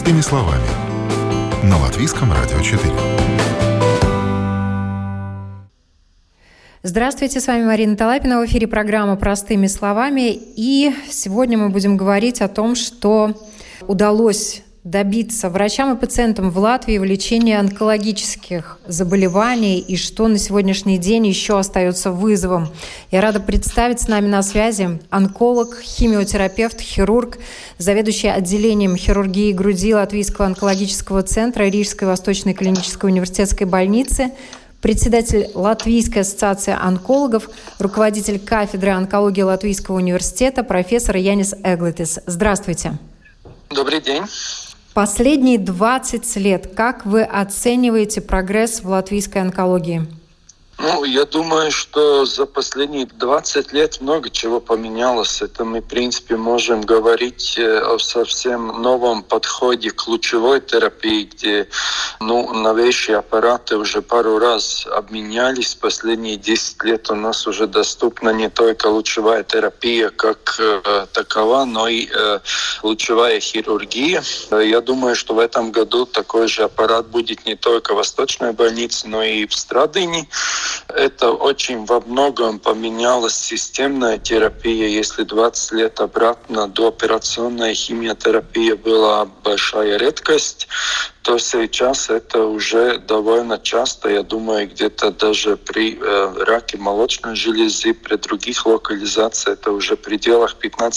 Простыми словами. На Латвийском радио 4. Здравствуйте, с вами Марина Талапина. В эфире программа «Простыми словами». И сегодня мы будем говорить о том, что удалось добиться врачам и пациентам в Латвии в лечении онкологических заболеваний и что на сегодняшний день еще остается вызовом. Я рада представить с нами на связи онколог, химиотерапевт, хирург, заведующий отделением хирургии груди Латвийского онкологического центра Рижской Восточной клинической университетской больницы, председатель Латвийской ассоциации онкологов, руководитель кафедры онкологии Латвийского университета, профессор Янис Эглетис. Здравствуйте. Добрый день. Последние 20 лет. Как вы оцениваете прогресс в латвийской онкологии? Я думаю, что за последние 20 лет много чего поменялось. Это мы, в принципе, можем говорить о совсем новом подходе к лучевой терапии, где новейшие аппараты уже пару раз обменялись. Последние 10 лет у нас уже доступна не только лучевая терапия как такова, но и лучевая хирургия. Я думаю, что в этом году такой же аппарат будет не только в Восточной больнице, но и в Страдыне. Это очень во многом поменялась системная терапия. Если 20 лет обратно дооперационная химиотерапия была большая редкость, то сейчас это уже довольно часто, я думаю, где-то даже при раке молочной железы, при других локализациях, это уже в пределах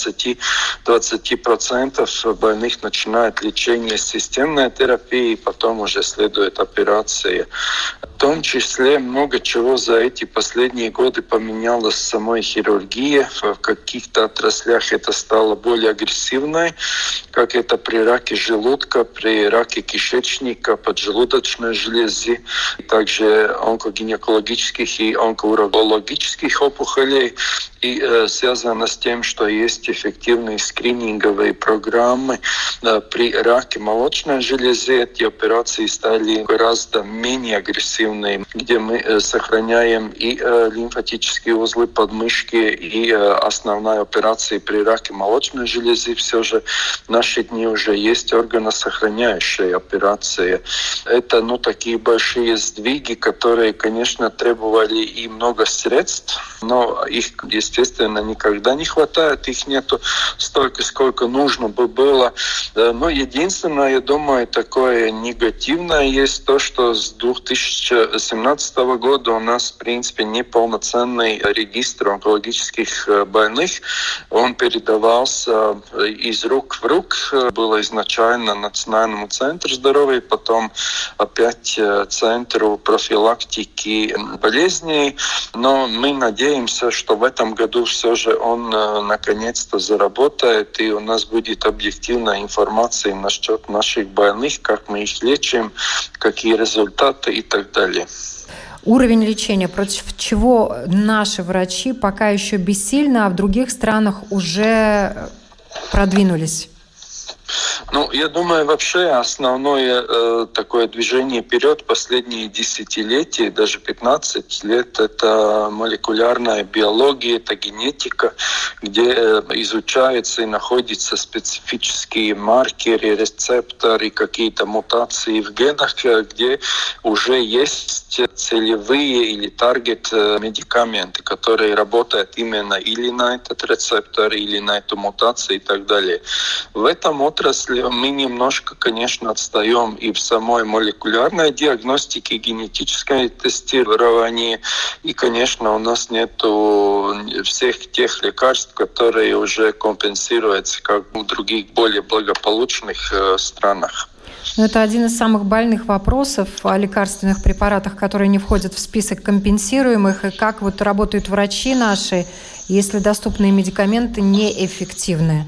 15-20% больных начинает лечение системной терапии, потом уже следует операция. В том числе много чего за эти последние годы поменялось в самой хирургии. В каких-то отраслях это стало более агрессивной, как это при раке желудка, при раке кишечника, поджелудочной железы, также онкогинекологических и онкоурологических опухолей. И связано с тем, что есть эффективные скрининговые программы при раке молочной железы. Эти операции стали гораздо менее агрессивными, где мы сохраняем и лимфатические узлы подмышки, и основная операция при раке молочной железы. Все же в наши дни уже есть органосохраняющие операции. Это такие большие сдвиги, которые, конечно, требовали и много средств, но их, естественно, никогда не хватает, их нету столько, сколько нужно бы было. Но единственное, я думаю, такое негативное есть то, что с 2017 года у нас, в принципе, неполноценный регистр онкологических больных. Он передавался из рук в рук. Было изначально Национальному центру здоровья, потом опять Центру профилактики болезней. Но мы надеемся, что в этом году все же он наконец-то заработает, и у нас будет объективная информация насчет наших больных, как мы их лечим, какие результаты и так далее. Уровень лечения, против чего наши врачи пока еще бессильны, а в других странах уже продвинулись? Я думаю, вообще основное такое движение вперед последние десятилетия, даже 15 лет, это молекулярная биология, это генетика, где изучаются и находятся специфические маркеры, рецепторы, какие-то мутации в генах, где уже есть целевые или таргет медикаменты, которые работают именно или на этот рецептор, или на эту мутацию и так далее. В этом отрасли мы немножко, конечно, отстаем и в самой молекулярной диагностике, генетической тестировании. И, конечно, у нас нету всех тех лекарств, которые уже компенсируются, как в других более благополучных странах. Это один из самых больных вопросов о лекарственных препаратах, которые не входят в список компенсируемых, и как работают врачи наши, если доступные медикаменты неэффективны.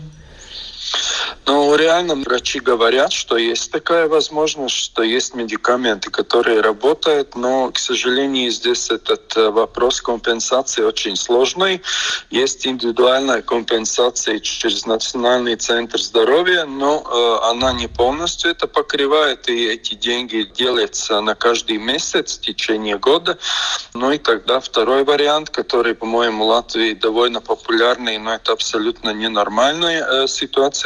Реально врачи говорят, что есть такая возможность, что есть медикаменты, которые работают, но, к сожалению, здесь этот вопрос компенсации очень сложный. Есть индивидуальная компенсация через Национальный центр здоровья, но она не полностью это покрывает, и эти деньги делятся на каждый месяц в течение года. И тогда второй вариант, который, по-моему, в Латвии довольно популярный, но это абсолютно ненормальная ситуация, что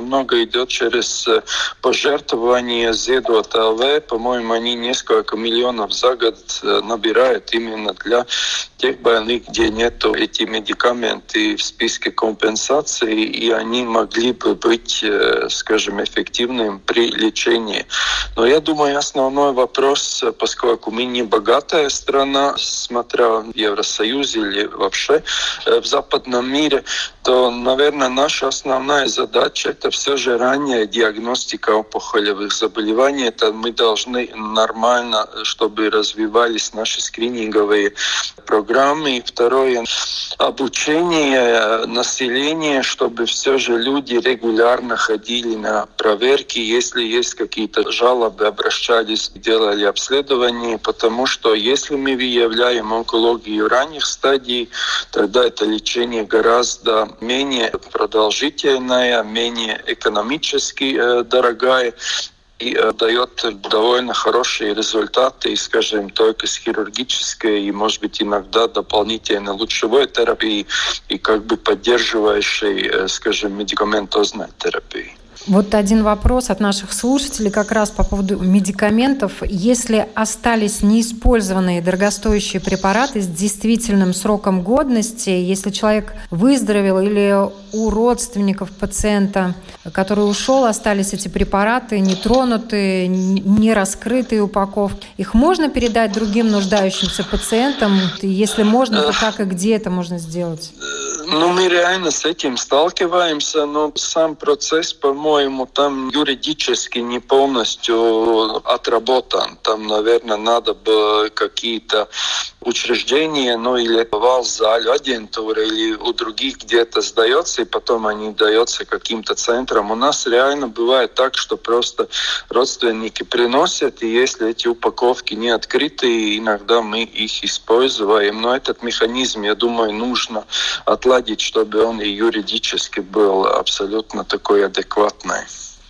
много идет через пожертвования Зедот ЛВ. По-моему, они несколько миллионов за год набирают именно для тех больных, где нету эти медикаменты в списке компенсации, и они могли бы быть, скажем, эффективными при лечении. Но я думаю, основной вопрос, поскольку мы не богатая страна, смотря в Евросоюзе или вообще в западном мире, то, наверное, наша основная задача – это все же ранняя диагностика опухолевых заболеваний. Это мы должны нормально, чтобы развивались наши скрининговые программы. И второе – обучение населения, чтобы все же люди регулярно ходили на проверки. Если есть какие-то жалобы, обращались, делали обследование, потому что если мы выявляем онкологию ранних стадий, тогда это лечение гораздо менее продолжительное, менее экономически дорогое и дает довольно хорошие результаты, скажем, только с хирургической и, может быть, иногда дополнительно лучевой терапией и как бы поддерживающей, скажем, медикаментозной терапией. Вот один вопрос от наших слушателей как раз по поводу медикаментов. Если остались неиспользованные дорогостоящие препараты с действительным сроком годности, если человек выздоровел или у родственников пациента, который ушел, остались эти препараты нетронутые, не раскрытые упаковки, их можно передать другим нуждающимся пациентам? Если можно, то как и где это можно сделать? Мы реально с этим сталкиваемся, но сам процесс, по-моему, там юридически не полностью отработан. Там, наверное, надо бы какие-то учреждения, или валзаль, агентура, или у других где-то сдается, и потом они даются каким-то центрам. У нас реально бывает так, что просто родственники приносят, и если эти упаковки не открытые, иногда мы их используем. Но этот механизм, я думаю, нужно отладить, чтобы он и юридически был абсолютно такой адекватный.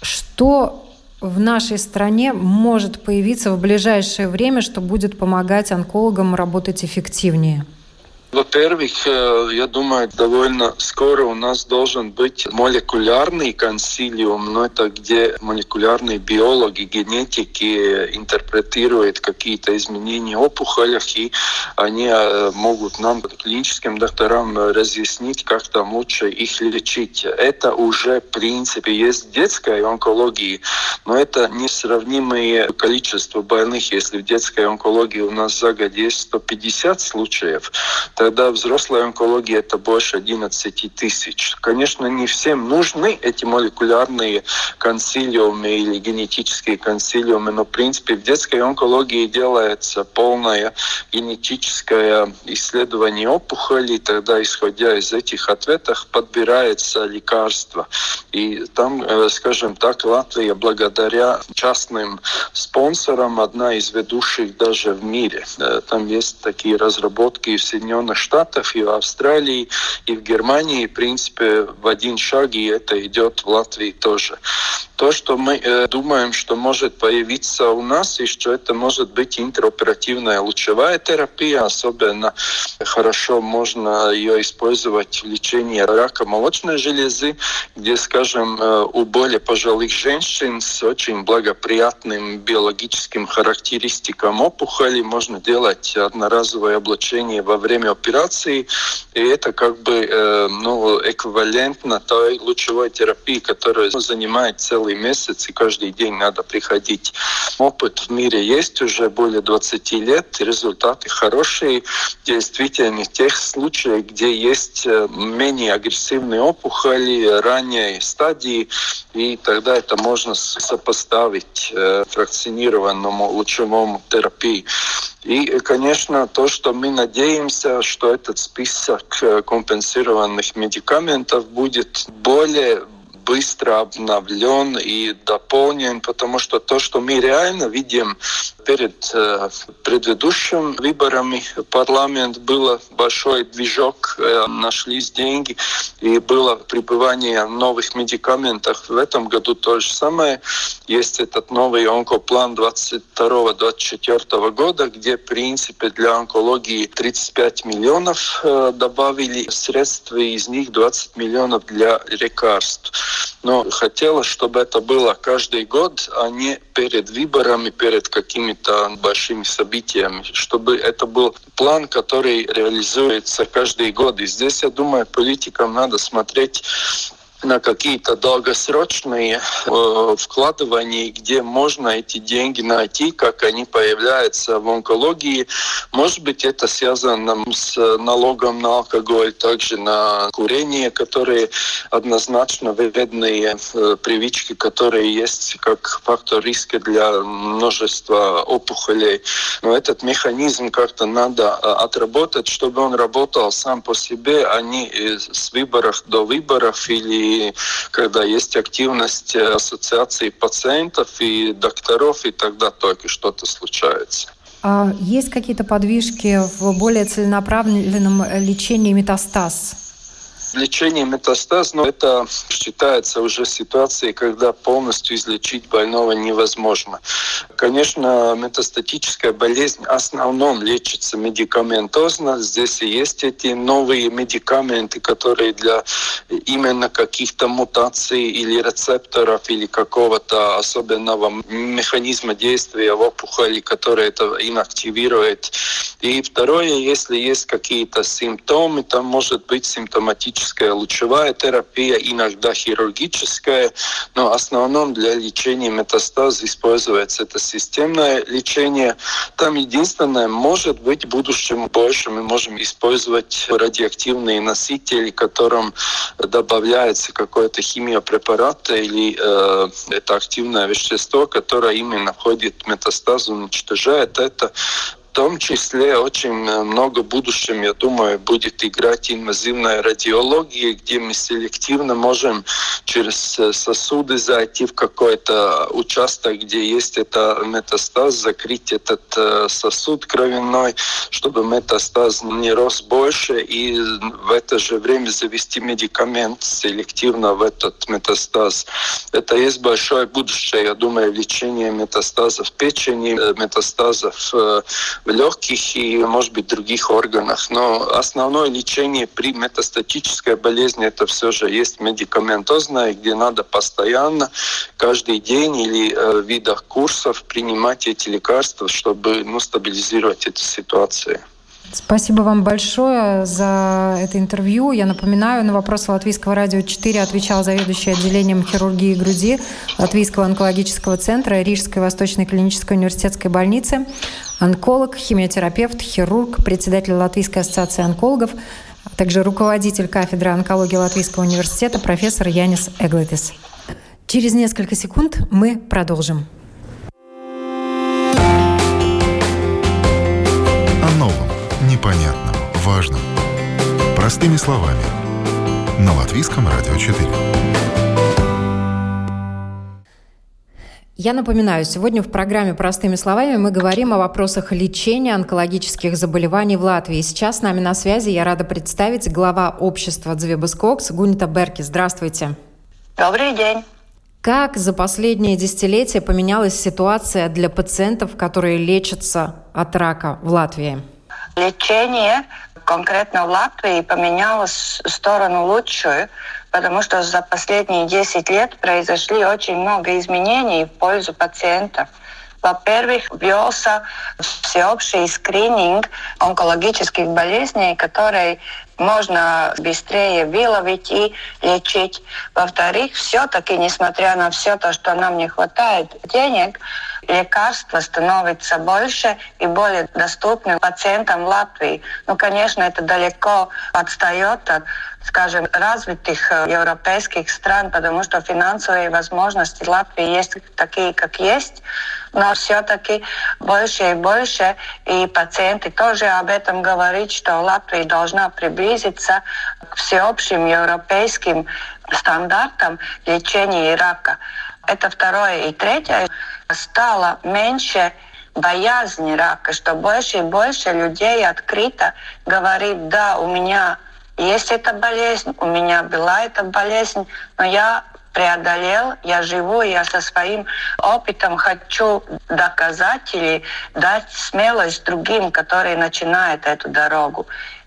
Что в нашей стране может появиться в ближайшее время, что будет помогать онкологам работать эффективнее? Во-первых, я думаю, довольно скоро у нас должен быть молекулярный консилиум, но это где молекулярные биологи, генетики интерпретируют какие-то изменения в опухолях, и они могут нам, клиническим докторам, разъяснить, как там лучше их лечить. Это уже, в принципе, есть в детской онкологии, но это несравнимое количество больных. Если в детской онкологии у нас за год есть 150 случаев, тогда взрослая онкология – это больше 11 тысяч. Конечно, не всем нужны эти молекулярные консилиумы или генетические консилиумы, но, в принципе, в детской онкологии делается полное генетическое исследование опухолей, тогда, исходя из этих ответов, подбирается лекарство. И там, скажем так, Латвия, благодаря частным спонсорам, одна из ведущих даже в мире. Там есть такие разработки в Соединенных Штатах, и в Австралии, и в Германии. В принципе, в один шаг, и это идет в Латвии тоже. То, что мы думаем, что может появиться у нас, и что это может быть интероперативная лучевая терапия, особенно хорошо можно ее использовать в лечении рака молочной железы, где, скажем, у более пожилых женщин с очень благоприятным биологическим характеристикам опухоли можно делать одноразовое облучение во время операции, и это как бы эквивалентно той лучевой терапии, которая занимает целый месяц, и каждый день надо приходить. Опыт в мире есть уже более 20 лет, результаты хорошие. Действительно, в тех случаях, где есть менее агрессивные опухоли, ранней стадии, и тогда это можно сопоставить фракционированному лучевому терапии. И, конечно, то, что мы надеемся, что этот список компенсированных медикаментов будет более быстро обновлен и дополнен, потому что то, что мы реально видим перед предыдущими выборами в парламент, был большой движок, нашлись деньги и было прибывание новых медикаментов. В этом году то же самое. Есть этот новый онкоплан 2022-2024 года, где, в принципе, для онкологии 35 миллионов добавили средств, и из них 20 миллионов для лекарств. Но хотелось, чтобы это было каждый год, а не перед выборами, перед какими-то большими событиями. Чтобы это был план, который реализуется каждый год. И здесь, я думаю, политикам надо смотреть на какие-то долгосрочные вкладывания, где можно эти деньги найти, как они появляются в онкологии. Может быть, это связано с налогом на алкоголь, также на курение, которые однозначно вредные привычки, которые есть как фактор риска для множества опухолей. Но этот механизм как-то надо отработать, чтобы он работал сам по себе, а не с выборов до выборов или когда есть активность ассоциации пациентов и докторов, и тогда только что-то случается. А есть какие-то подвижки в более целенаправленном лечении метастаз? Лечение метастаз, это считается уже ситуацией, когда полностью излечить больного невозможно. Конечно, метастатическая болезнь в основном лечится медикаментозно. Здесь и есть эти новые медикаменты, которые для именно каких-то мутаций или рецепторов, или какого-то особенного механизма действия в опухоли, который это инактивирует. И второе, если есть какие-то симптомы, там может быть симптоматическая лучевая терапия, иногда хирургическая, но в основном для лечения метастаза используется это системное лечение. Там единственное, может быть, в будущем больше мы можем использовать радиоактивные носители, которым добавляется какое-то химиопрепарат или это активное вещество, которое именно входит в метастаз, уничтожает это. В том числе очень много в будущем, я думаю, будет играть инвазивная радиология, где мы селективно можем через сосуды зайти в какой-то участок, где есть это метастаз, закрыть этот сосуд кровяной, чтобы метастаз не рос больше, и в это же время завести медикамент селективно в этот метастаз. Это есть большое будущее, я думаю, в лечении метастазов печени, метастазов в легких и, может быть, других органах. Но основное лечение при метастатической болезни это все же есть медикаментозное, где надо постоянно, каждый день или в видах курсов принимать эти лекарства, чтобы стабилизировать эту ситуацию. Спасибо вам большое за это интервью. Я напоминаю, на вопросы Латвийского радио 4 отвечал заведующий отделением хирургии груди Латвийского онкологического центра Рижской Восточной клинической университетской больницы, онколог, химиотерапевт, хирург, председатель Латвийской ассоциации онкологов, а также руководитель кафедры онкологии Латвийского университета профессор Янис Эглетис. Через несколько секунд мы продолжим. Непонятным, важным. Простыми словами. На Латвийском радио 4. Я напоминаю, сегодня в программе «Простыми словами» мы говорим о вопросах лечения онкологических заболеваний в Латвии. Сейчас с нами на связи я рада представить глава общества Дзвебас Кокс Гунита Берки. Здравствуйте. Добрый день. Как за последние десятилетия поменялась ситуация для пациентов, которые лечатся от рака в Латвии? Лечение конкретно в Латвии поменялось в сторону лучшую, потому что за последние 10 лет произошли очень много изменений в пользу пациентов. Во-первых, ввелся всеобщий скрининг онкологических болезней, которые можно быстрее выловить и лечить. Во-вторых, все-таки, несмотря на все то, что нам не хватает денег, лекарства становятся больше и более доступны пациентам в Латвии. Конечно, это далеко отстает от, скажем, развитых европейских стран, потому что финансовые возможности Латвии есть такие, как есть. Но все-таки больше и больше, и пациенты тоже об этом говорят, что Латвия должна приблизиться к всеобщим европейским стандартам лечения рака. Это второе. И третье. Стало меньше боязни рака, что больше и больше людей открыто говорит: да, у меня есть эта болезнь, у меня была эта болезнь, но я преодолел, я живу, я со своим опытом хочу доказать или дать смелость другим, которые начинают эту дорогу.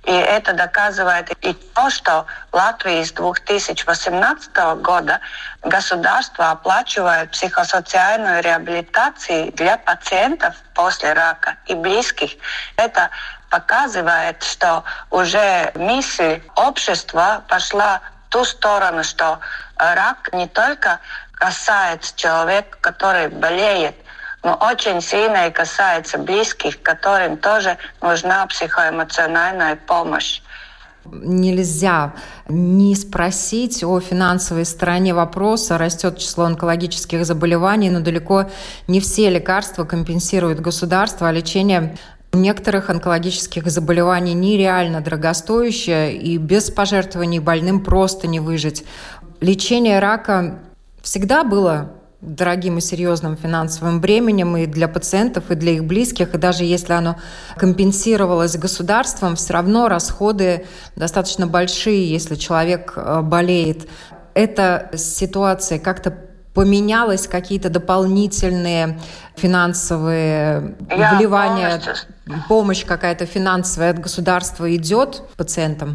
И это доказывает и то, что в Латвии с 2018 года государство оплачивает психосоциальную реабилитацию для пациентов после рака и близких. Это показывает, что уже мысль общества пошла в ту сторону, что рак не только касается человека, который болеет, но очень сильно и касается близких, которым тоже нужна психоэмоциональная помощь. Нельзя не спросить о финансовой стороне вопроса. Растет число онкологических заболеваний, но далеко не все лекарства компенсирует государство, а лечение некоторых онкологических заболеваний нереально дорогостоящее, и без пожертвований больным просто не выжить. Лечение рака всегда было дорогим и серьезным финансовым бременем и для пациентов, и для их близких. И даже если оно компенсировалось государством, все равно расходы достаточно большие, если человек болеет. Эта ситуация как-то поменялась, какие-то дополнительные финансовые вливания, помощь какая-то финансовая от государства идет пациентам?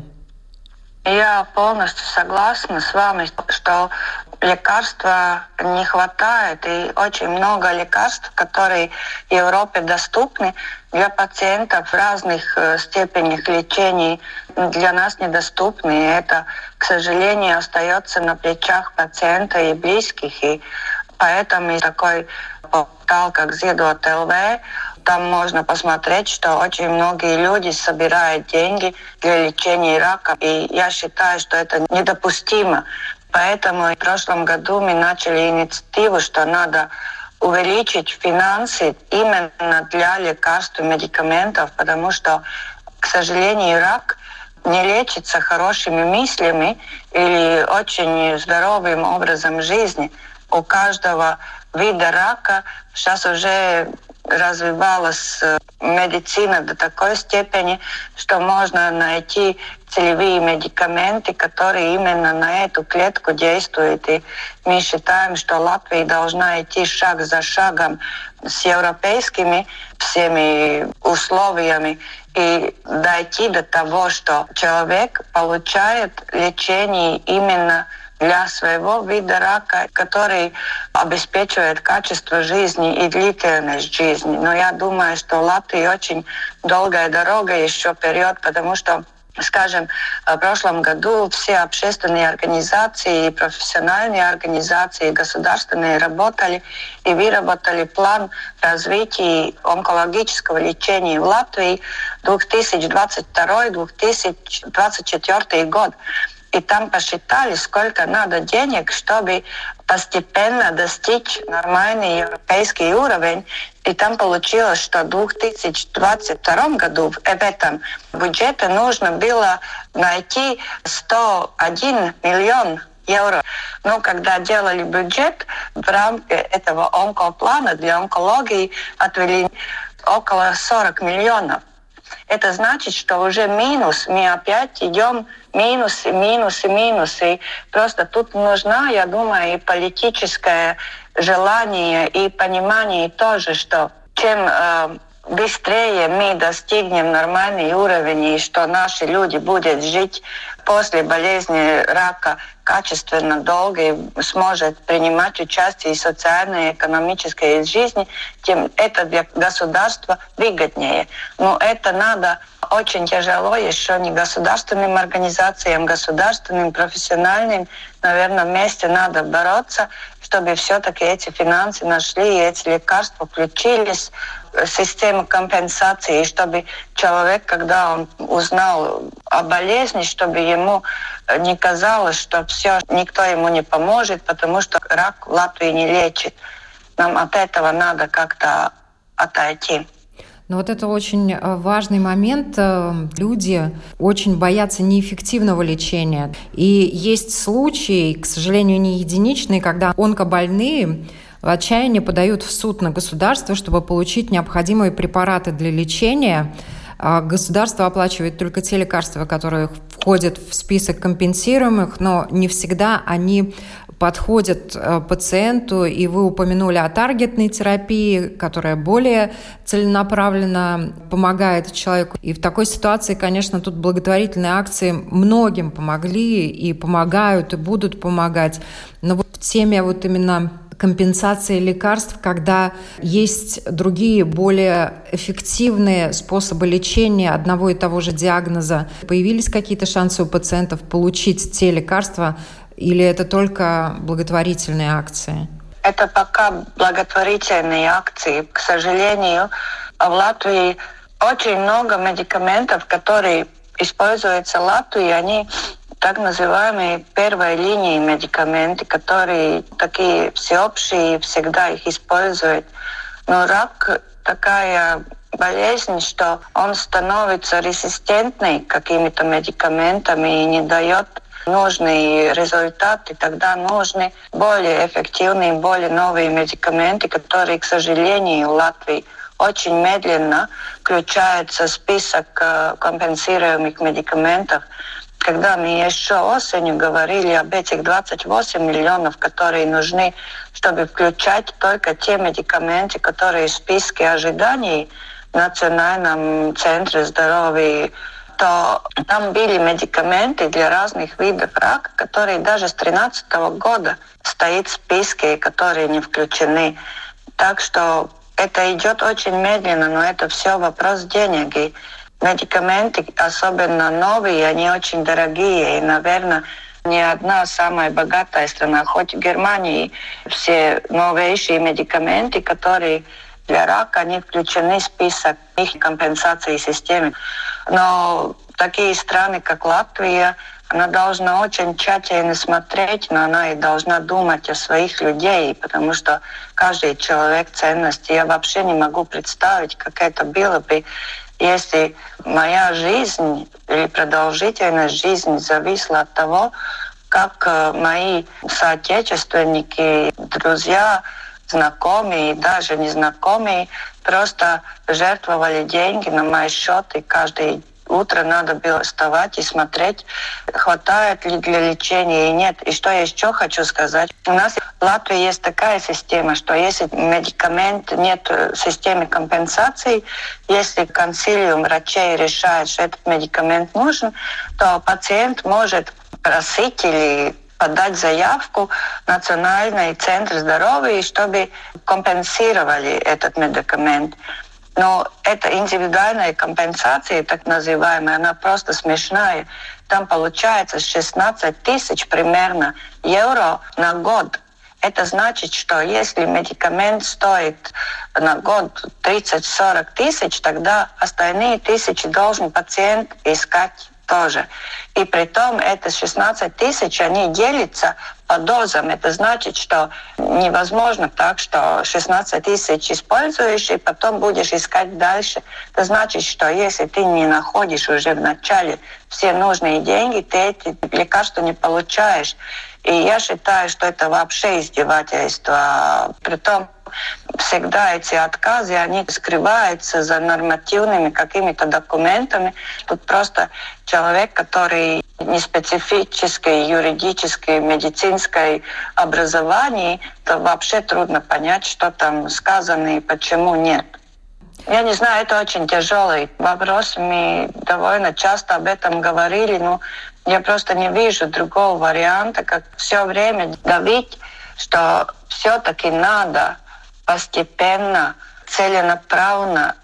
Я полностью согласна с вами, что лекарства не хватает, и очень много лекарств, которые в Европе доступны для пациентов в разных степенях лечения, для нас недоступны. И это, к сожалению, остается на плечах пациента и близких. И поэтому такой портал, как Ziedot LV, там можно посмотреть, что очень многие люди собирают деньги для лечения рака. И я считаю, что это недопустимо. Поэтому в прошлом году мы начали инициативу, что надо увеличить финансы именно для лекарств и медикаментов, потому что, к сожалению, рак не лечится хорошими мыслями или очень здоровым образом жизни. У каждого вида рака сейчас уже развивалась медицина до такой степени, что можно найти целевые медикаменты, которые именно на эту клетку действуют. И мы считаем, что Латвия должна идти шаг за шагом с европейскими всеми условиями и дойти до того, что человек получает лечение именно для своего вида рака, который обеспечивает качество жизни и длительность жизни. Но я думаю, что Латвии очень долгая дорога еще вперед, потому что, скажем, в прошлом году все общественные организации, профессиональные организации, государственные работали и выработали план развития онкологического лечения в Латвии 2022-2024 год. И там посчитали, сколько надо денег, чтобы постепенно достичь нормальный европейский уровень. И там получилось, что в 2022 году в этом бюджете нужно было найти 101 миллион евро. Но когда делали бюджет, в рамках этого онкоплана для онкологии отвели около 40 миллионов. Это значит, что уже минус, мы опять идем минус. И просто тут нужна, я думаю, и политическое желание, и понимание тоже, что чем быстрее мы достигнем нормальный уровень, и что наши люди будут жить после болезни рака качественно, долго и сможет принимать участие в социальной и экономической жизни, тем это для государства выгоднее. Но это надо очень тяжело еще не государственным организациям, государственным, профессиональным. Наверное, вместе надо бороться, чтобы все-таки эти финансы нашли, и эти лекарства включились в систему компенсации, и чтобы человек, когда он узнал о болезни, чтобы ему не казалось, что все, никто ему не поможет, потому что рак в Латвии не лечит. Нам от этого надо как-то отойти. Но вот это очень важный момент. Люди очень боятся неэффективного лечения. И есть случаи, к сожалению, не единичные, когда онкобольные в отчаянии подают в суд на государство, чтобы получить необходимые препараты для лечения. Государство оплачивает только те лекарства, которые входят в список компенсируемых, но не всегда они подходят пациенту, и вы упомянули о таргетной терапии, которая более целенаправленно помогает человеку. И в такой ситуации, конечно, тут благотворительные акции многим помогли и помогают, и будут помогать. Но вот в теме вот именно компенсации лекарств, когда есть другие, более эффективные способы лечения одного и того же диагноза, появились какие-то шансы у пациентов получить те лекарства, или это только благотворительные акции? Это пока благотворительные акции. К сожалению, в Латвии очень много медикаментов, которые используются в Латвии, они так называемые первой линии медикаменты, которые такие всеобщие, всегда их используют. Но рак такая болезнь, что он становится резистентный к каким-то медикаментам и не дает нужные результаты, тогда нужны более эффективные, более новые медикаменты, которые, к сожалению, в Латвии очень медленно включаются в список компенсируемых медикаментов. Когда мы еще осенью говорили об этих 28 миллионов, которые нужны, чтобы включать только те медикаменты, которые в списке ожиданий в Национальном центре здоровья, то там были медикаменты для разных видов рака, которые даже с 2013 года стоят в списке, которые не включены. Так что это идет очень медленно, но это все вопрос денег. И медикаменты, особенно новые, они очень дорогие. И, наверное, ни одна самая богатая страна, хоть в Германии, все новейшие медикаменты, которые для рака, они включены в список их компенсации системы. Но такие страны, как Латвия, она должна очень тщательно смотреть, но она и должна думать о своих людей, потому что каждый человек ценность. Я вообще не могу представить, как это было бы, если моя жизнь или продолжительность жизни зависела от того, как мои соотечественники, друзья, знакомые и даже незнакомые просто жертвовали деньги на мои счеты. Каждое утро надо было вставать и смотреть, хватает ли для лечения и нет. И что я еще хочу сказать. У нас в Латвии есть такая система, что если медикамент нет в системе компенсации, если консилиум врачей решает, что этот медикамент нужен, то пациент может просить или подать заявку в Национальный центр здоровья, чтобы компенсировали этот медикамент. Но эта индивидуальная компенсация, так называемая, она просто смешная. Там получается 16 тысяч примерно евро на год. Это значит, что если медикамент стоит на год 30-40 тысяч, тогда остальные тысячи должен пациент искать тоже. И при том это 16 тысяч, они делятся по дозам. Это значит, что невозможно так, что 16 тысяч используешь, и потом будешь искать дальше. Это значит, что если ты не находишь уже в начале все нужные деньги, ты эти лекарства не получаешь. И я считаю, что это вообще издевательство. Притом всегда эти отказы, они скрываются за нормативными какими-то документами. Тут просто человек, который не специфическое юридическое, медицинское образование, то вообще трудно понять, что там сказано и почему нет. Я не знаю, это очень тяжелый вопрос. Мы довольно часто об этом говорили, но я просто не вижу другого варианта, как все время давить, что все-таки надо постепенно, целенаправленно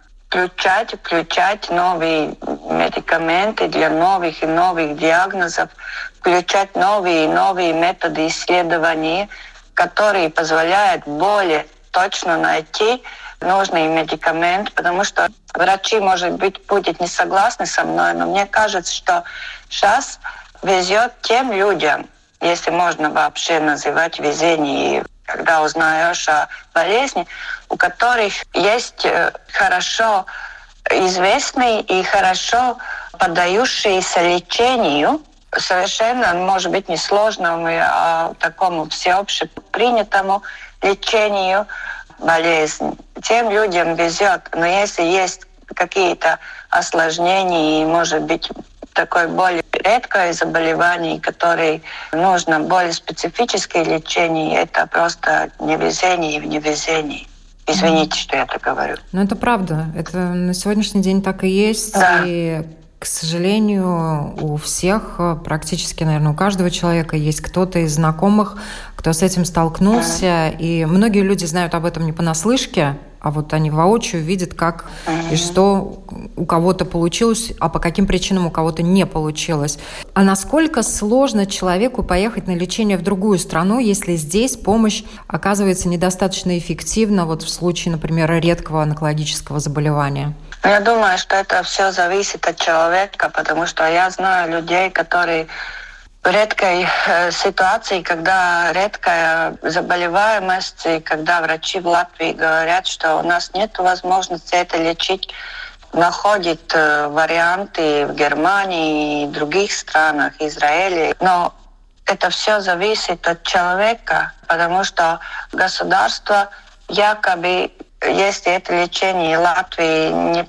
включать новые медикаменты для новых и новых диагнозов, включать новые и новые методы исследований, которые позволяют более точно найти нужный медикамент, потому что врачи, может быть, будут не согласны со мной, но мне кажется, что сейчас везет тем людям, если можно вообще называть везение, когда узнаешь о болезни, у которых есть хорошо известный и хорошо поддающийся лечению, совершенно, может быть, несложному, а такому всеобщепринятому лечению болезни. Тем людям везет. Но если есть какие-то осложнения и, может быть, такой более редкое заболевание, которое нужно более специфическое лечение, это просто невезение в невезении. Извините, что я так говорю. Но это правда. Это на сегодняшний день так и есть. Да. И, к сожалению, у всех, практически, наверное, у каждого человека есть кто-то из знакомых, кто с этим столкнулся. И многие люди знают об этом не понаслышке, а вот они воочию видят, как и что у кого-то получилось, а по каким причинам у кого-то не получилось. А насколько сложно человеку поехать на лечение в другую страну, если здесь помощь оказывается недостаточно эффективна, вот в случае, например, редкого онкологического заболевания? Я думаю, что это все зависит от человека, потому что я знаю людей, которые в редкой ситуации, когда редкая заболеваемость, и когда врачи в Латвии говорят, что у нас нет возможности это лечить, находят варианты в Германии и других странах, Израиле. Но это все зависит от человека, потому что государство якобы, если это лечение Латвии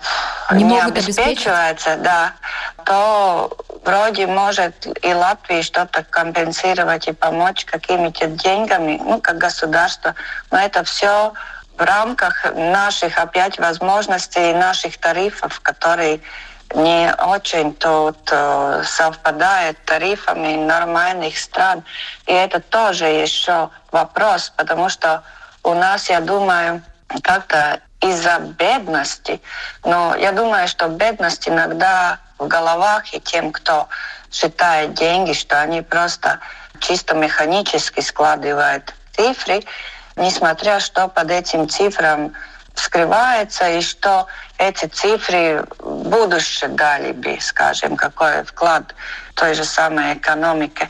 не обеспечивается, да, то вроде может и Латвии что-то компенсировать и помочь какими-то деньгами, как государство. Но это все в рамках наших опять возможностей, наших тарифов, которые не очень тут совпадают с тарифами нормальных стран. И это тоже еще вопрос, потому что у нас, я думаю, как-то из-за бедности, но я думаю, что бедность иногда в головах и тем, кто считает деньги, что они просто чисто механически складывают цифры, несмотря что под этим цифрам скрывается и что эти цифры в будущее дали бы, скажем, какой вклад в той же самой экономике.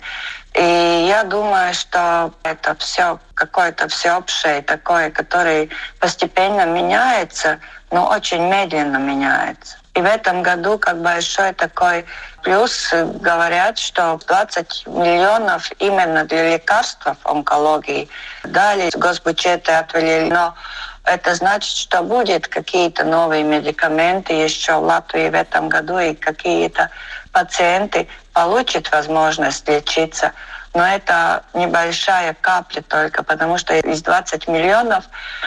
И я думаю, что это все какое-то всеобщее такое, которое постепенно меняется, но очень медленно меняется. И в этом году как большой такой плюс говорят, что 20 миллионов именно для лекарств в онкологии дали, госбюджеты отвели, но это значит, что будет какие-то новые медикаменты еще в Латвии в этом году, и какие-то пациенты получат возможность лечиться. Но это небольшая капля только, потому что из 20 миллионов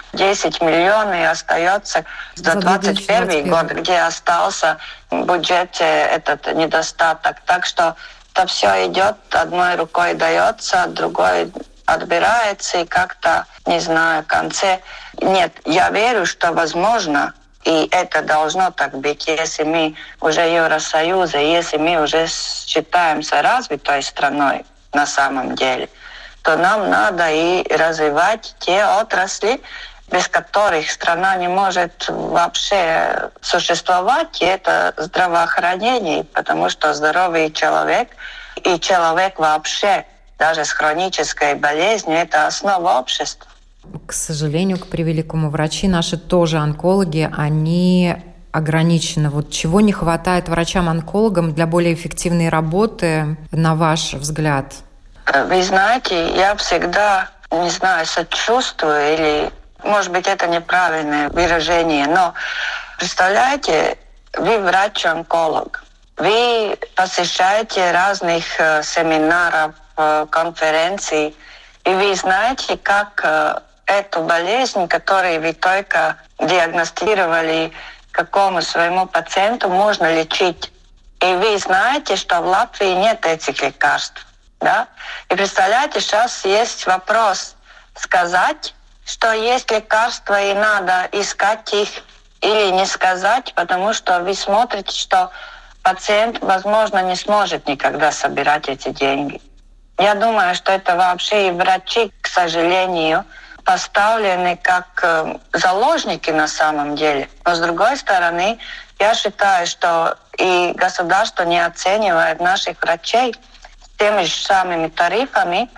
10 миллионов остается за 2021 год, где остался в бюджете этот недостаток. Так что это все идет, одной рукой дается, другой отбирается, и как-то, не знаю, в конце... Нет, я верю, что возможно, и это должно так быть, если мы уже Евросоюз, если мы уже считаемся развитой страной на самом деле, то нам надо и развивать те отрасли, без которых страна не может вообще существовать, и это здравоохранение, потому что здоровый человек и человек вообще, даже с хронической болезнью, это основа общества. К сожалению, к превеликому, врачи наши тоже онкологи, они ограничены. Вот чего не хватает врачам-онкологам для более эффективной работы, на ваш взгляд? Вы знаете, я всегда, не знаю, сочувствую или, может быть, это неправильное выражение, но представляете, вы врач-онколог, вы посещаете разных семинаров, конференций, и вы знаете, как эту болезнь, которую вы только диагностировали какому своему пациенту, можно лечить. И вы знаете, что в Латвии нет этих лекарств. Да? И представляете, сейчас есть вопрос сказать, что есть лекарства и надо искать их, или не сказать, потому что вы смотрите, что пациент, возможно, не сможет никогда собирать эти деньги. Я думаю, что это вообще и врачи, к сожалению, поставлены как заложники на самом деле. Но с другой стороны, я считаю, что и государство не оценивает наших врачей теми же самыми тарифами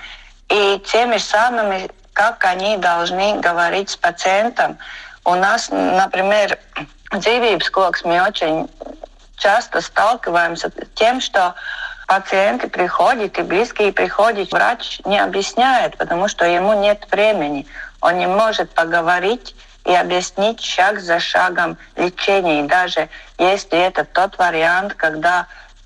и теми же самыми, как они должны говорить с пациентом. У нас, например, в dzīvības koks мы очень часто сталкиваемся с тем, что пациенты приходят и близкие приходят, врач не объясняет, потому что ему нет времени. Он не может поговорить и объяснить шаг за шагом лечение. И даже если это тот вариант, когда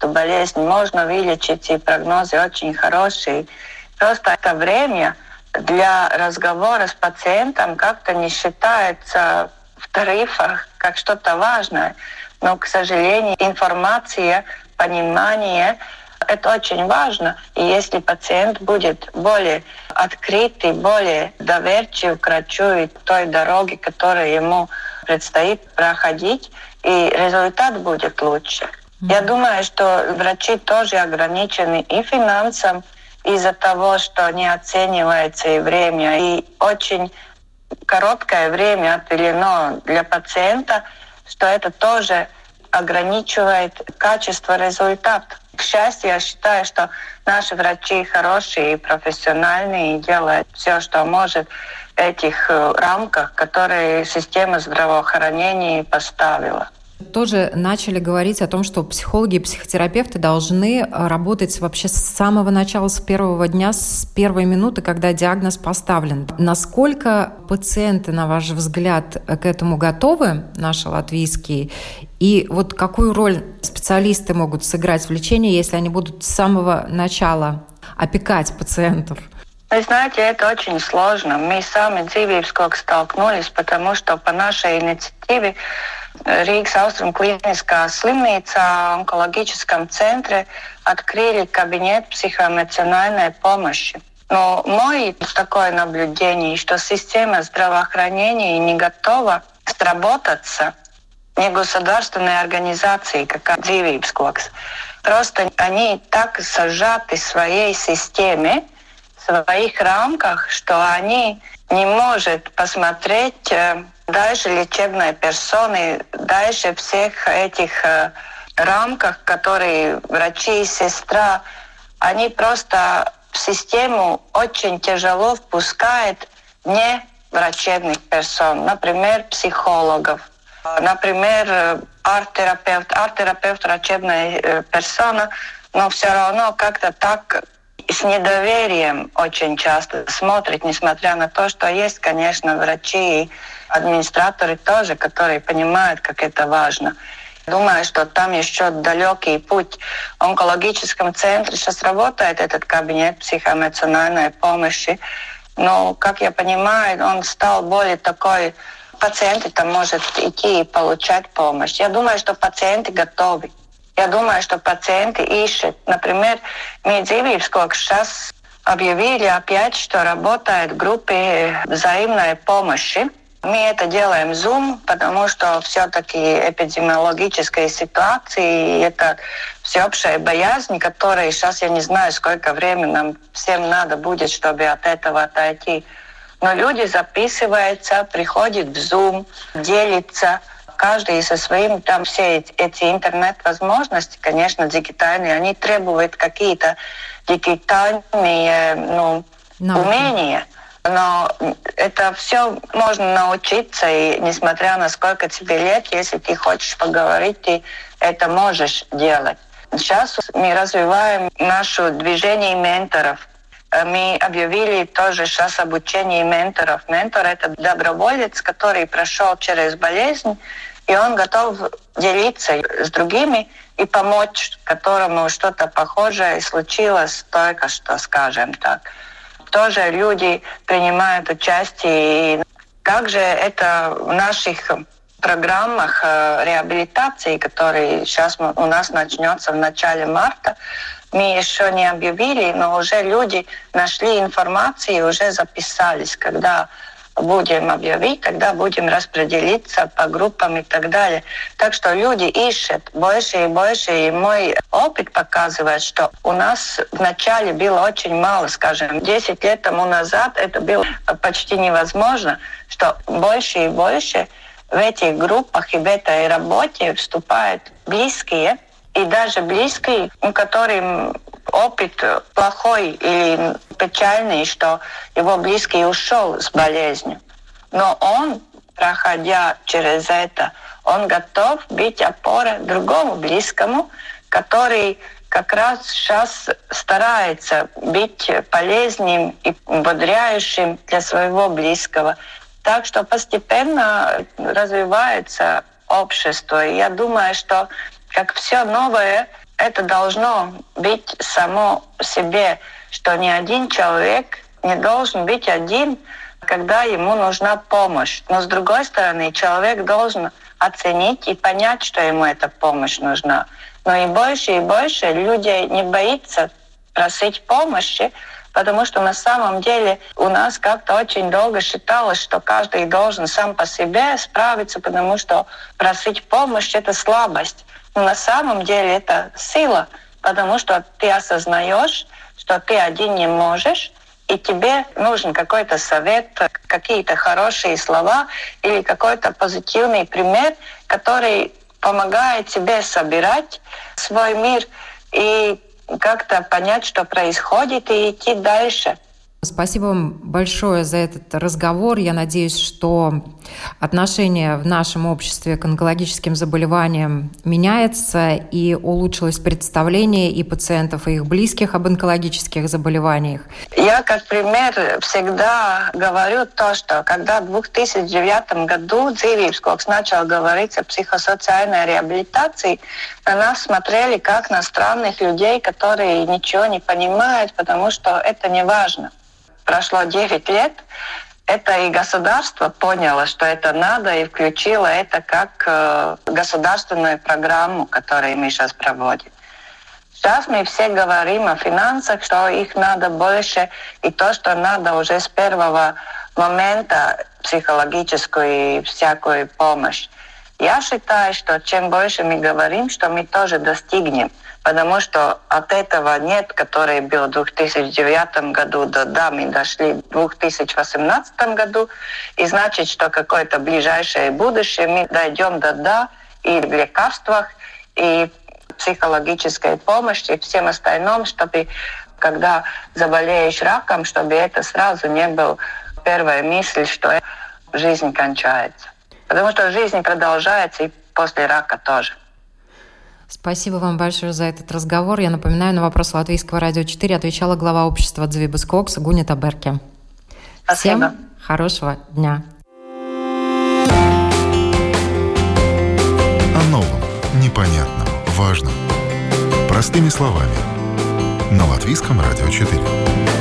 эту болезнь можно вылечить, и прогнозы очень хорошие. Просто это время для разговора с пациентом как-то не считается в тарифах как что-то важное. Но, к сожалению, информация, понимание — это очень важно. И если пациент будет более открытый, более доверчив к врачу и той дороге, которую ему предстоит проходить, и результат будет лучше. Я думаю, что врачи тоже ограничены и финансом, из-за того, что не оценивается и время, и очень короткое время отведено для пациента, что это тоже ограничивает качество результата. К счастью, я считаю, что наши врачи хорошие и профессиональные, и делают все, что может в этих рамках, которые система здравоохранения поставила. Тоже начали говорить о том, что психологи и психотерапевты должны работать вообще с самого начала, с первого дня, с первой минуты, когда диагноз поставлен. Насколько пациенты, на ваш взгляд, к этому готовы, наши латвийские? И вот какую роль специалисты могут сыграть в лечении, если они будут с самого начала опекать пациентов? Вы знаете, это очень сложно. Мы сами Dzīvības столкнулись, потому что по нашей инициативе Рīgas Austrumkliniskā slimnīcā онкологическом центре открыли кабинет психоэмоциональной помощи. Но мое такое наблюдение, что система здравоохранения не готова сработаться не государственной организации, как Dzīvības. Просто они так зажаты в своей системе, в своих рамках, что они не могут посмотреть дальше лечебной персоны, дальше всех этих рамках, которые врачи и сестра, они просто в систему очень тяжело впускают не врачебных персон, например, психологов, например, арт-терапевт. Арт-терапевт — врачебная персона, но все равно как-то так с недоверием очень часто смотрит, несмотря на то, что есть, конечно, врачи и администраторы тоже, которые понимают, как это важно. Думаю, что там еще далекий путь. В онкологическом центре сейчас работает этот кабинет психоэмоциональной помощи, но, как я понимаю, он стал более такой, пациенты там может идти и получать помощь. Я думаю, что пациенты готовы. Я думаю, что пациенты ищут. Например, мы Dzīvības сейчас объявили опять, что работает в группе взаимной помощи. Мы это делаем в Zoom, потому что все-таки эпидемиологическая ситуация, и это всеобщая боязнь, которая сейчас, я не знаю, сколько времени нам всем надо будет, чтобы от этого отойти. Но люди записываются, приходят в Zoom, делятся, каждый со своим, там все эти интернет-возможности, конечно, дигитальные, они требуют какие-то дигитальные умения. Но это все можно научиться, и несмотря на сколько тебе лет, если ты хочешь поговорить, ты это можешь делать. Сейчас мы развиваем наше движение менторов. Мы объявили тоже сейчас обучение менторов. Ментор — это доброволец, который прошел через болезнь, и он готов делиться с другими и помочь, которому что-то похожее случилось только что, скажем так. Тоже люди принимают участие. И также это в наших программах реабилитации, которые сейчас у нас начнется в начале марта. Мы еще не объявили, но уже люди нашли информацию и уже записались. Когда будем объявить, тогда будем распределиться по группам и так далее. Так что люди ищут больше и больше. И мой опыт показывает, что у нас вначале было очень мало, скажем, 10 лет тому назад это было почти невозможно, что больше и больше в этих группах и в этой работе вступают близкие, и даже близкие, у которых опыт плохой или печальный, что его близкий ушел с болезнью. Но он, проходя через это, он готов быть опорой другому близкому, который как раз сейчас старается быть полезным и бодряющим для своего близкого. Так что постепенно развивается общество. И я думаю, что как все новое, это должно быть само себе, что ни один человек не должен быть один, когда ему нужна помощь. Но с другой стороны, человек должен оценить и понять, что ему эта помощь нужна. Но и больше людей не боятся просить помощи, потому что на самом деле у нас как-то очень долго считалось, что каждый должен сам по себе справиться, потому что просить помощь — это слабость. Но на самом деле это сила, потому что ты осознаешь, что ты один не можешь, и тебе нужен какой-то совет, какие-то хорошие слова или какой-то позитивный пример, который помогает тебе собирать свой мир и как-то понять, что происходит, и идти дальше. Спасибо вам большое за этот разговор. Я надеюсь, что отношение в нашем обществе к онкологическим заболеваниям меняется и улучшилось представление и пациентов, и их близких об онкологических заболеваниях. Я как пример всегда говорю то, что когда в 2009 году Dzīvības koks начал говорить о психосоциальной реабилитации, на нас смотрели как на странных людей, которые ничего не понимают, потому что это не важно. Прошло 9 лет, это и государство поняло, что это надо, и включило это как государственную программу, которую мы сейчас проводим. Сейчас мы все говорим о финансах, что их надо больше, и то, что надо уже с первого момента психологическую и всякую помощь. Я считаю, что чем больше мы говорим, что мы тоже достигнем. Потому что от этого нет, который был в 2009 году, да, мы дошли в 2018 году, и значит, что какое-то ближайшее будущее мы дойдем до да и в лекарствах, и психологической помощи, и всем остальном, чтобы, когда заболеешь раком, чтобы это сразу не был первая мысль, что жизнь кончается. Потому что жизнь продолжается и после рака тоже. Спасибо вам большое за этот разговор. Я напоминаю, на вопрос Латвийского радио 4 отвечала глава общества Dzīvības koks Гунета Берке. Спасибо. Всем хорошего дня. О новом, непонятном, важном. Простыми словами. На Латвийском радио 4.